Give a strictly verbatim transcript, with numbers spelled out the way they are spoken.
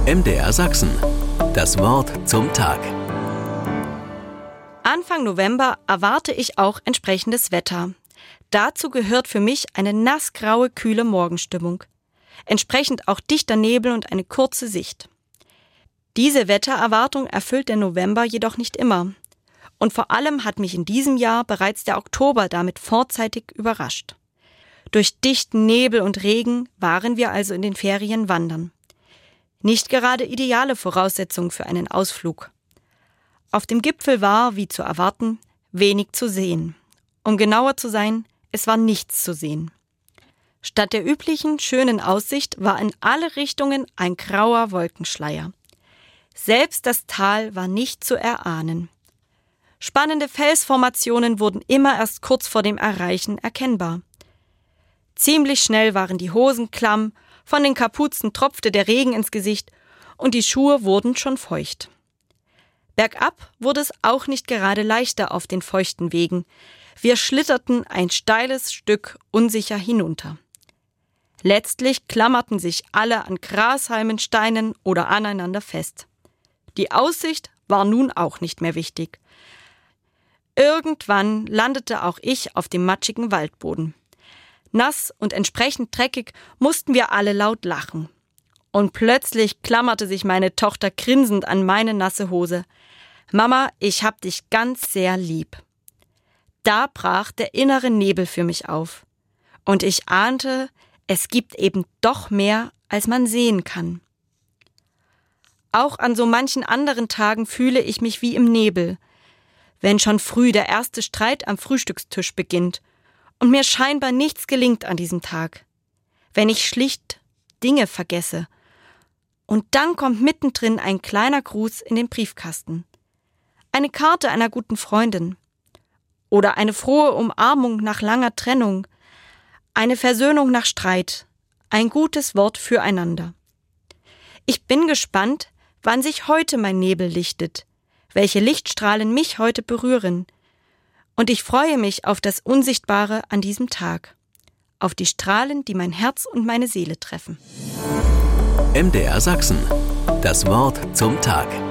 M D R Sachsen. Das Wort zum Tag. Anfang November erwarte ich auch entsprechendes Wetter. Dazu gehört für mich eine nassgraue, kühle Morgenstimmung. Entsprechend auch dichter Nebel und eine kurze Sicht. Diese Wettererwartung erfüllt der November jedoch nicht immer. Und vor allem hat mich in diesem Jahr bereits der Oktober damit vorzeitig überrascht. Durch dichten Nebel und Regen waren wir also in den Ferien wandern. Nicht gerade ideale Voraussetzungen für einen Ausflug. Auf dem Gipfel war, wie zu erwarten, wenig zu sehen. Um genauer zu sein, es war nichts zu sehen. Statt der üblichen schönen Aussicht war in alle Richtungen ein grauer Wolkenschleier. Selbst das Tal war nicht zu erahnen. Spannende Felsformationen wurden immer erst kurz vor dem Erreichen erkennbar. Ziemlich schnell waren die Hosen klamm, von den Kapuzen tropfte der Regen ins Gesicht und die Schuhe wurden schon feucht. Bergab wurde es auch nicht gerade leichter auf den feuchten Wegen. Wir schlitterten ein steiles Stück unsicher hinunter. Letztlich klammerten sich alle an Grashalmen, Steinen oder aneinander fest. Die Aussicht war nun auch nicht mehr wichtig. Irgendwann landete auch ich auf dem matschigen Waldboden. Nass und entsprechend dreckig mussten wir alle laut lachen. Und plötzlich klammerte sich meine Tochter grinsend an meine nasse Hose. »Mama, ich hab dich ganz sehr lieb.« Da brach der innere Nebel für mich auf. Und ich ahnte, es gibt eben doch mehr, als man sehen kann. Auch an so manchen anderen Tagen fühle ich mich wie im Nebel, wenn schon früh der erste Streit am Frühstückstisch beginnt und mir scheinbar nichts gelingt an diesem Tag, wenn ich schlicht Dinge vergesse. Und dann kommt mittendrin ein kleiner Gruß in den Briefkasten. Eine Karte einer guten Freundin. Oder eine frohe Umarmung nach langer Trennung. Eine Versöhnung nach Streit. Ein gutes Wort füreinander. Ich bin gespannt, wann sich heute mein Nebel lichtet, welche Lichtstrahlen mich heute berühren. Und ich freue mich auf das Unsichtbare an diesem Tag, auf die Strahlen, die mein Herz und meine Seele treffen. M D R Sachsen. Das Wort zum Tag.